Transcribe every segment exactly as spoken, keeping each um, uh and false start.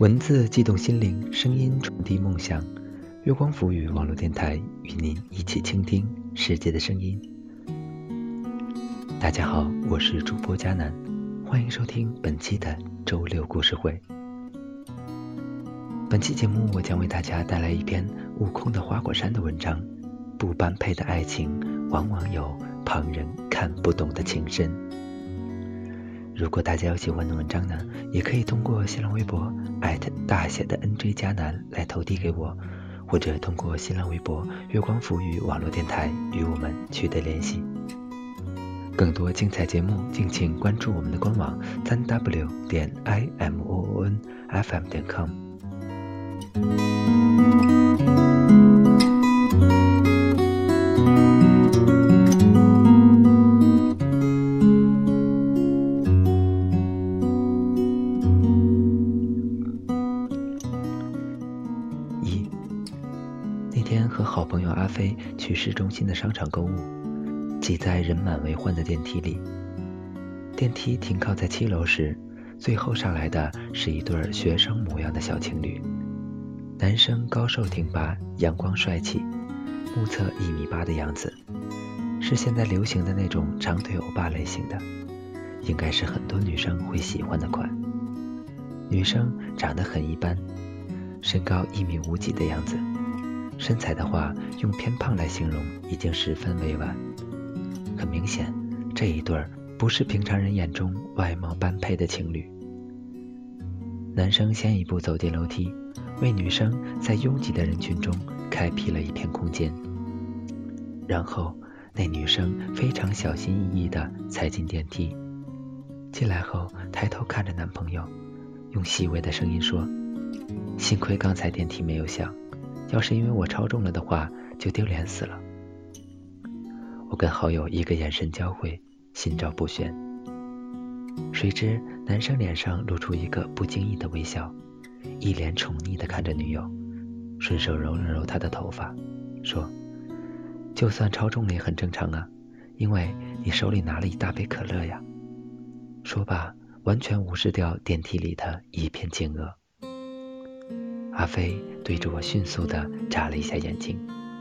文字悸动心灵，声音传递梦想。月光浮语网络电台与您一起倾听世界的声音。大家好，我是主播佳南，欢迎收听本期的周六故事会。本期节目我将为大家带来一篇悟空的花果山的文章。不般配的爱情往往有旁人看不懂的情深。如果大家有喜欢的文章呢，也可以通过新浪微博艾特大写的 N J 加南来投递给我，或者通过新浪微博月光浮语网络电台与我们取得联系。更多精彩节目敬请关注我们的官网 三 w 点 i m o o n f m 点 com。 一那天和好朋友阿飞去市中心的商场购物，挤在人满为患的电梯里。电梯停靠在七楼时，最后上来的是一对学生模样的小情侣。男生高瘦挺拔，阳光帅气，目测一米八的样子，是现在流行的那种长腿欧巴类型的，应该是很多女生会喜欢的款。女生长得很一般，身高一米五几的样子，身材的话用偏胖来形容已经十分委婉。很明显，这一对儿不是平常人眼中外貌般配的情侣。男生先一步走进楼梯，为女生在拥挤的人群中开辟了一片空间。然后那女生非常小心翼翼地踩进电梯，进来后抬头看着男朋友，用细微的声音说：幸亏刚才电梯没有响，要是因为我超重了的话就丢脸死了。我跟好友一个眼神交汇，心照不宣。谁知男生脸上露出一个不经意的微笑，一脸宠溺地看着女友，顺手揉了揉她的头发，说：就算超重了也很正常啊，因为你手里拿了一大杯可乐呀。说罢完全无视掉电梯里的一片惊愕。阿飞对着我迅速地眨了一下眼睛。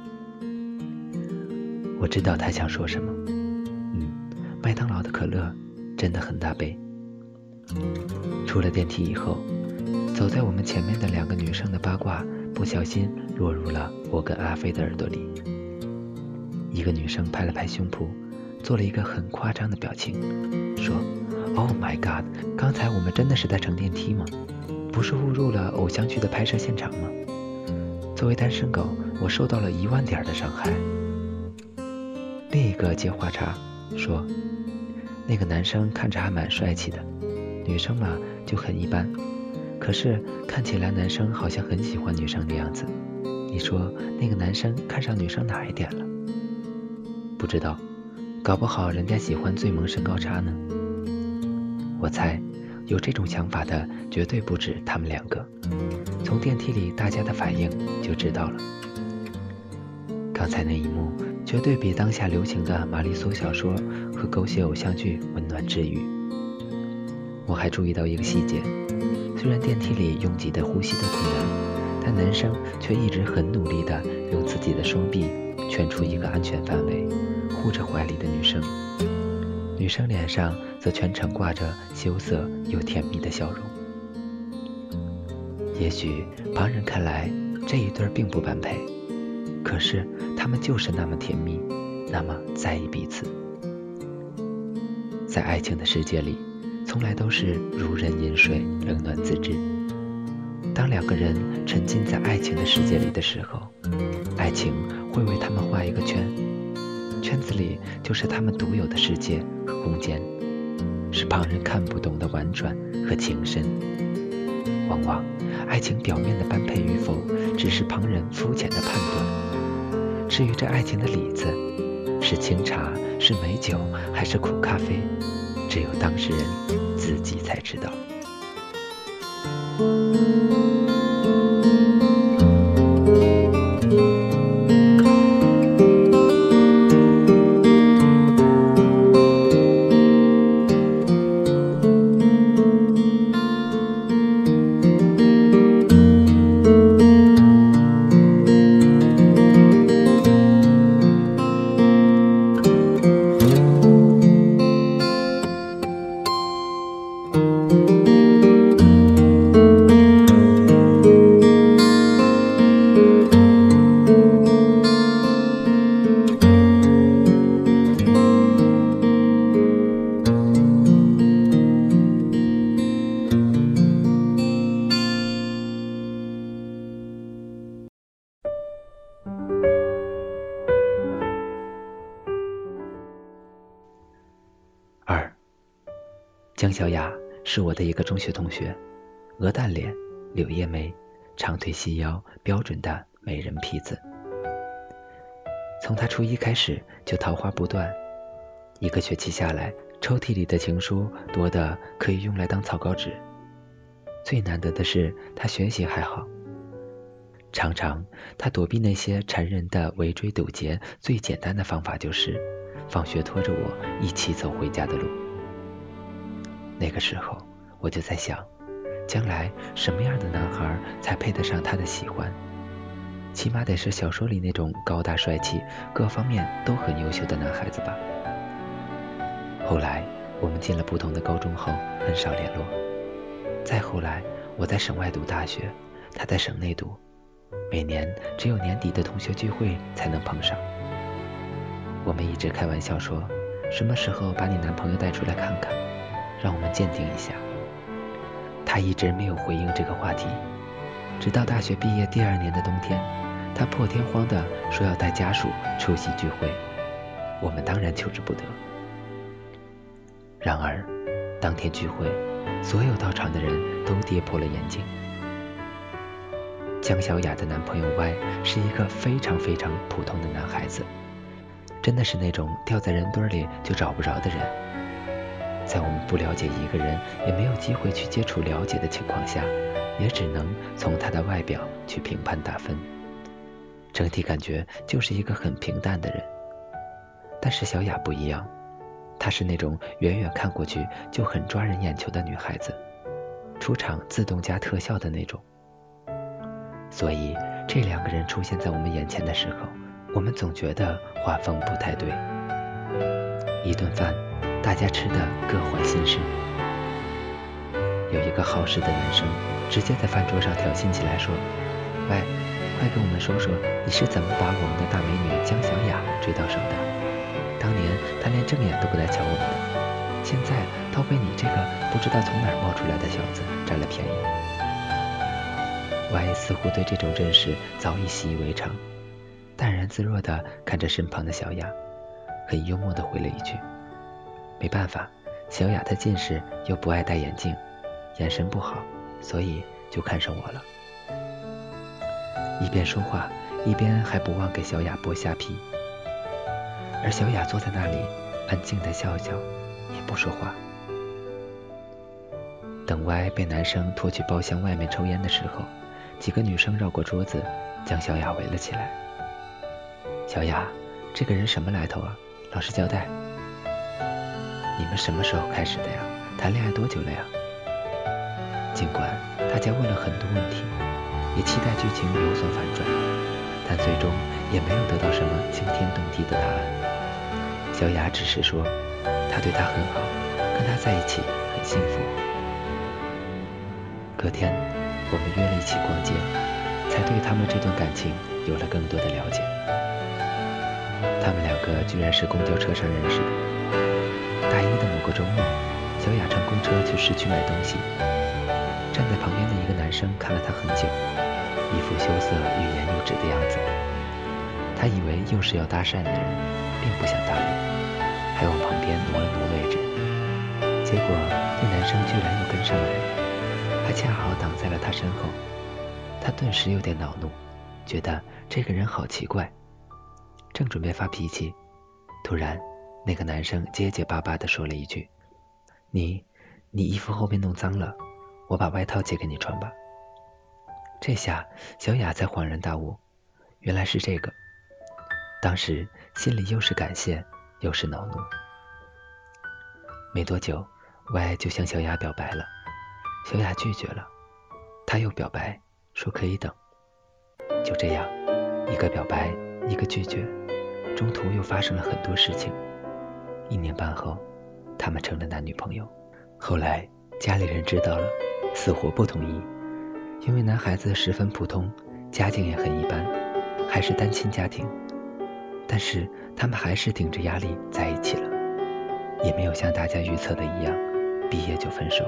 我知道他想说什么，嗯，麦当劳的可乐真的很大杯。出了电梯以后，走在我们前面的两个女生的八卦不小心落入了我跟阿飞的耳朵里。一个女生拍了拍胸脯，做了一个很夸张的表情，说： Oh my god， 刚才我们真的是在乘电梯吗？不是误入了偶像剧的拍摄现场吗？作为单身狗，我受到了一万点的伤害。另一个接话茬说：那个男生看着还蛮帅气的，女生嘛就很一般，可是看起来男生好像很喜欢女生的样子，你说那个男生看上女生哪一点了？不知道，搞不好人家喜欢最萌身高差呢。我猜有这种想法的绝对不止他们两个，从电梯里大家的反应就知道了。刚才那一幕绝对比当下流行的玛丽苏小说和狗血偶像剧温暖治愈。我还注意到一个细节，虽然电梯里拥挤的呼吸都困难，但男生却一直很努力地用自己的双臂圈出一个安全范围，护着怀里的女生。女生脸上则全程挂着羞涩又甜蜜的笑容。也许旁人看来这一对并不般配，可是他们就是那么甜蜜，那么在意彼此。在爱情的世界里，从来都是如人饮水，冷暖自知。当两个人沉浸在爱情的世界里的时候，爱情会为他们画一个圈，圈子里就是他们独有的世界和空间，是旁人看不懂的婉转和情深。往往爱情表面的般配与否，只是旁人肤浅的判断。至于这爱情的里子，是清茶，是美酒，还是苦咖啡，只有当事人自己才知道。 江小雅是我的一个中学同学，鹅蛋脸，柳叶眉，长腿细腰，标准的美人坯子。从她初一开始就桃花不断，一个学期下来，抽屉里的情书多得可以用来当草稿纸。最难得的是她学习还好，常常她躲避那些缠人的围追堵截，最简单的方法就是放学拖着我一起走回家的路。那个时候我就在想，将来什么样的男孩才配得上她的喜欢？起码得是小说里那种高大帅气，各方面都很优秀的男孩子吧。后来我们进了不同的高中后，很少联络。再后来我在省外读大学，他在省内读，每年只有年底的同学聚会才能碰上。我们一直开玩笑说，什么时候把你男朋友带出来看看，让我们鉴定一下。他一直没有回应这个话题，直到大学毕业第二年的冬天，他破天荒地说要带家属出席聚会，我们当然求之不得。然而当天聚会，所有到场的人都跌破了眼镜。江小雅的男朋友 Y 是一个非常非常普通的男孩子，真的是那种掉在人堆里就找不着的人。在我们不了解一个人，也没有机会去接触了解的情况下，也只能从他的外表去评判打分，整体感觉就是一个很平淡的人。但是小雅不一样，她是那种远远看过去就很抓人眼球的女孩子，出场自动加特效的那种。所以这两个人出现在我们眼前的时候，我们总觉得画风不太对。一顿饭大家吃的各怀心事，有一个好事的男生直接在饭桌上挑衅起来说，喂，快跟我们说说你是怎么把我们的大美女江小雅追到手的？当年她连正眼都不带瞧我们的，现在倒被你这个不知道从哪儿冒出来的小子占了便宜。Y 似乎对这种阵势早已习以为常，淡然自若地看着身旁的小雅，很幽默地回了一句，没办法，小雅她近视又不爱戴眼镜，眼神不好，所以就看上我了。一边说话一边还不忘给小雅剥虾皮，而小雅坐在那里安静地笑笑，也不说话。等 Y 被男生拖去包厢外面抽烟的时候，几个女生绕过桌子将小雅围了起来。小雅，这个人什么来头啊？老实交代。你们什么时候开始的呀？谈恋爱多久了呀？尽管大家问了很多问题，也期待剧情有所反转，但最终也没有得到什么惊天动地的答案。小雅只是说他对她很好，跟他在一起很幸福。隔天我们约了一起逛街，才对他们这段感情有了更多的了解。他们两个居然是公交车上认识的。大一的某个周末，小雅乘公车去市区买东西，站在旁边的一个男生看了她很久，一副羞涩欲言又止的样子。他以为又是要搭讪的人，并不想搭理，还往旁边挪了挪位置。结果那男生居然又跟上来了，还恰好挡在了他身后。他顿时有点恼怒，觉得这个人好奇怪，正准备发脾气，突然那个男生结结巴巴地说了一句，你你衣服后面弄脏了，我把外套借给你穿吧。这下小雅才恍然大悟，原来是这个。当时心里又是感谢又是恼怒。没多久 Y 就向小雅表白了，小雅拒绝了，他又表白说可以等。就这样，一个表白一个拒绝，中途又发生了很多事情。一年半后，他们成了男女朋友。后来家里人知道了，死活不同意，因为男孩子十分普通，家境也很一般，还是单亲家庭。但是他们还是顶着压力在一起了，也没有像大家预测的一样毕业就分手。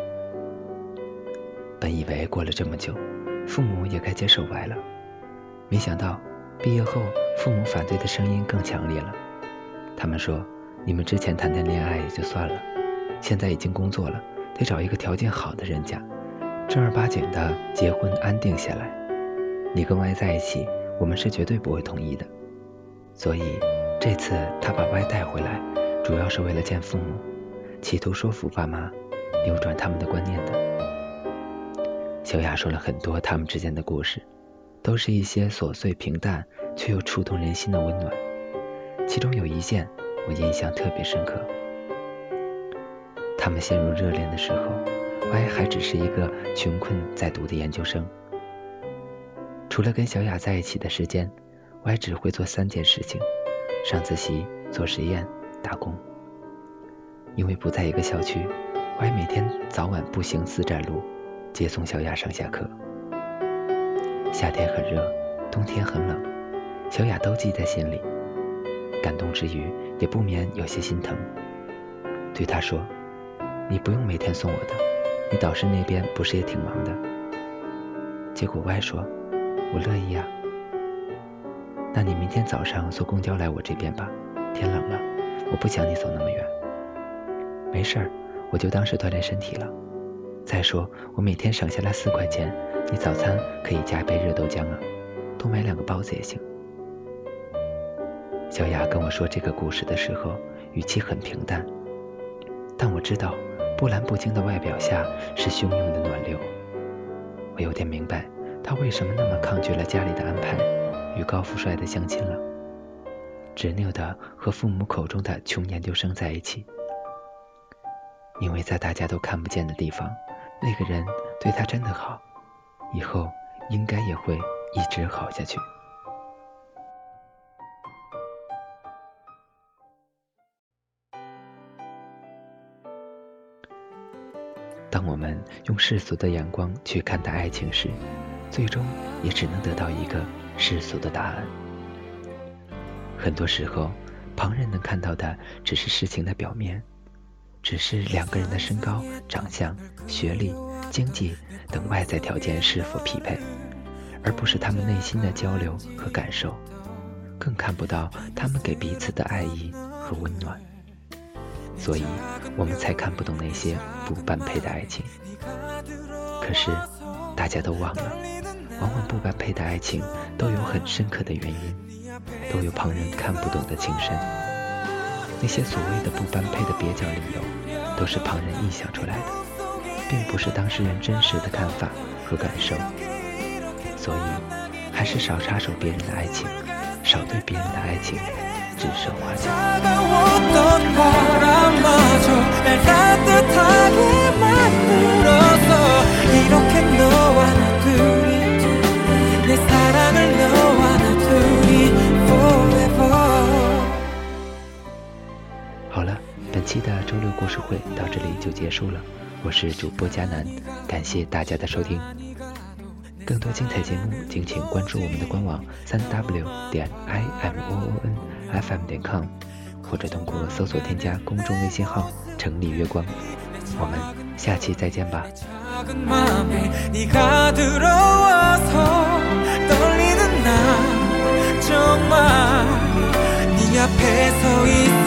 本以为过了这么久，父母也该接受 Y 了，没想到毕业后父母反对的声音更强烈了。他们说，你们之前谈的恋爱也就算了， 现在已经工作了，得找一个条件好的人家，正儿八经的结婚安定下来。你跟 Y 在一起，我们是绝对不会同意的。所以这次他把 Y 带回来，主要是为了见父母，企图说服爸妈，扭转他们的观念的。小雅说了很多他们之间的故事，都是一些琐碎平淡却又触动人心的温暖。其中有一件我印象特别深刻，他们陷入热恋的时候， Y 还只是一个穷困在读的研究生。除了跟小雅在一起的时间， Y 只会做三件事情：上自习、做实验、打工。因为不在一个校区， Y 每天早晚步行四站路接送小雅上下课。夏天很热，冬天很冷，小雅都记在心里，感动之余也不免有些心疼，对她说：你不用每天送我的，你导师那边不是也挺忙的？结果 Y 说：我乐意啊。那你明天早上坐公交来我这边吧，天冷了，我不想你走那么远。没事儿，我就当是锻炼身体了。再说我每天省下来四块钱，你早餐可以加一杯热豆浆啊，多买两个包子也行。小雅跟我说这个故事的时候，语气很平淡，但我知道波澜不惊的外表下是汹涌的暖流。我有点明白她为什么那么抗拒了家里的安排与高富帅的相亲了，执拗的和父母口中的穷研究生在一起。因为在大家都看不见的地方，那个人对她真的好，以后应该也会一直好下去。当我们用世俗的眼光去看待爱情时，最终也只能得到一个世俗的答案。很多时候，旁人能看到的只是事情的表面，只是两个人的身高、长相、学历、经济等外在条件是否匹配，而不是他们内心的交流和感受，更看不到他们给彼此的爱意和温暖。所以我们才看不懂那些不般配的爱情。可是大家都忘了，往往不般配的爱情都有很深刻的原因，都有旁人看不懂的情深。那些所谓的不般配的蹩脚理由，都是旁人臆想出来的，并不是当事人真实的看法和感受。所以还是少插手别人的爱情，少对别人的爱情指手画脚。好了，本期的周六故事会到这里就结束了，我是主播佳南，感谢大家的收听。更多精彩节目敬请关注我们的官网 三 w 点 i m o o n f m 点 com， 或者通过搜索添加公众微信号城里月光。我们下期再见吧。정말 네 앞에 서 있어